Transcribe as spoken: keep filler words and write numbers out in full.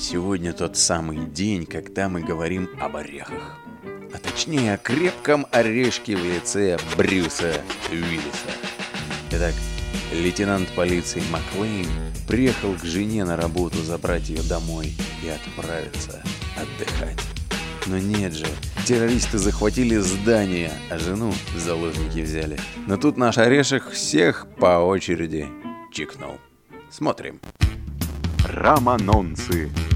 Сегодня тот самый день, когда мы говорим об орехах. А точнее, о крепком орешке в лице Брюса Уиллиса. Итак, лейтенант полиции Маклейн приехал к жене на работу забрать ее домой и отправиться отдыхать. Но нет же, террористы захватили здание, а жену в заложники взяли. Но тут наш орешек всех по очереди чикнул. Смотрим. Романонцы.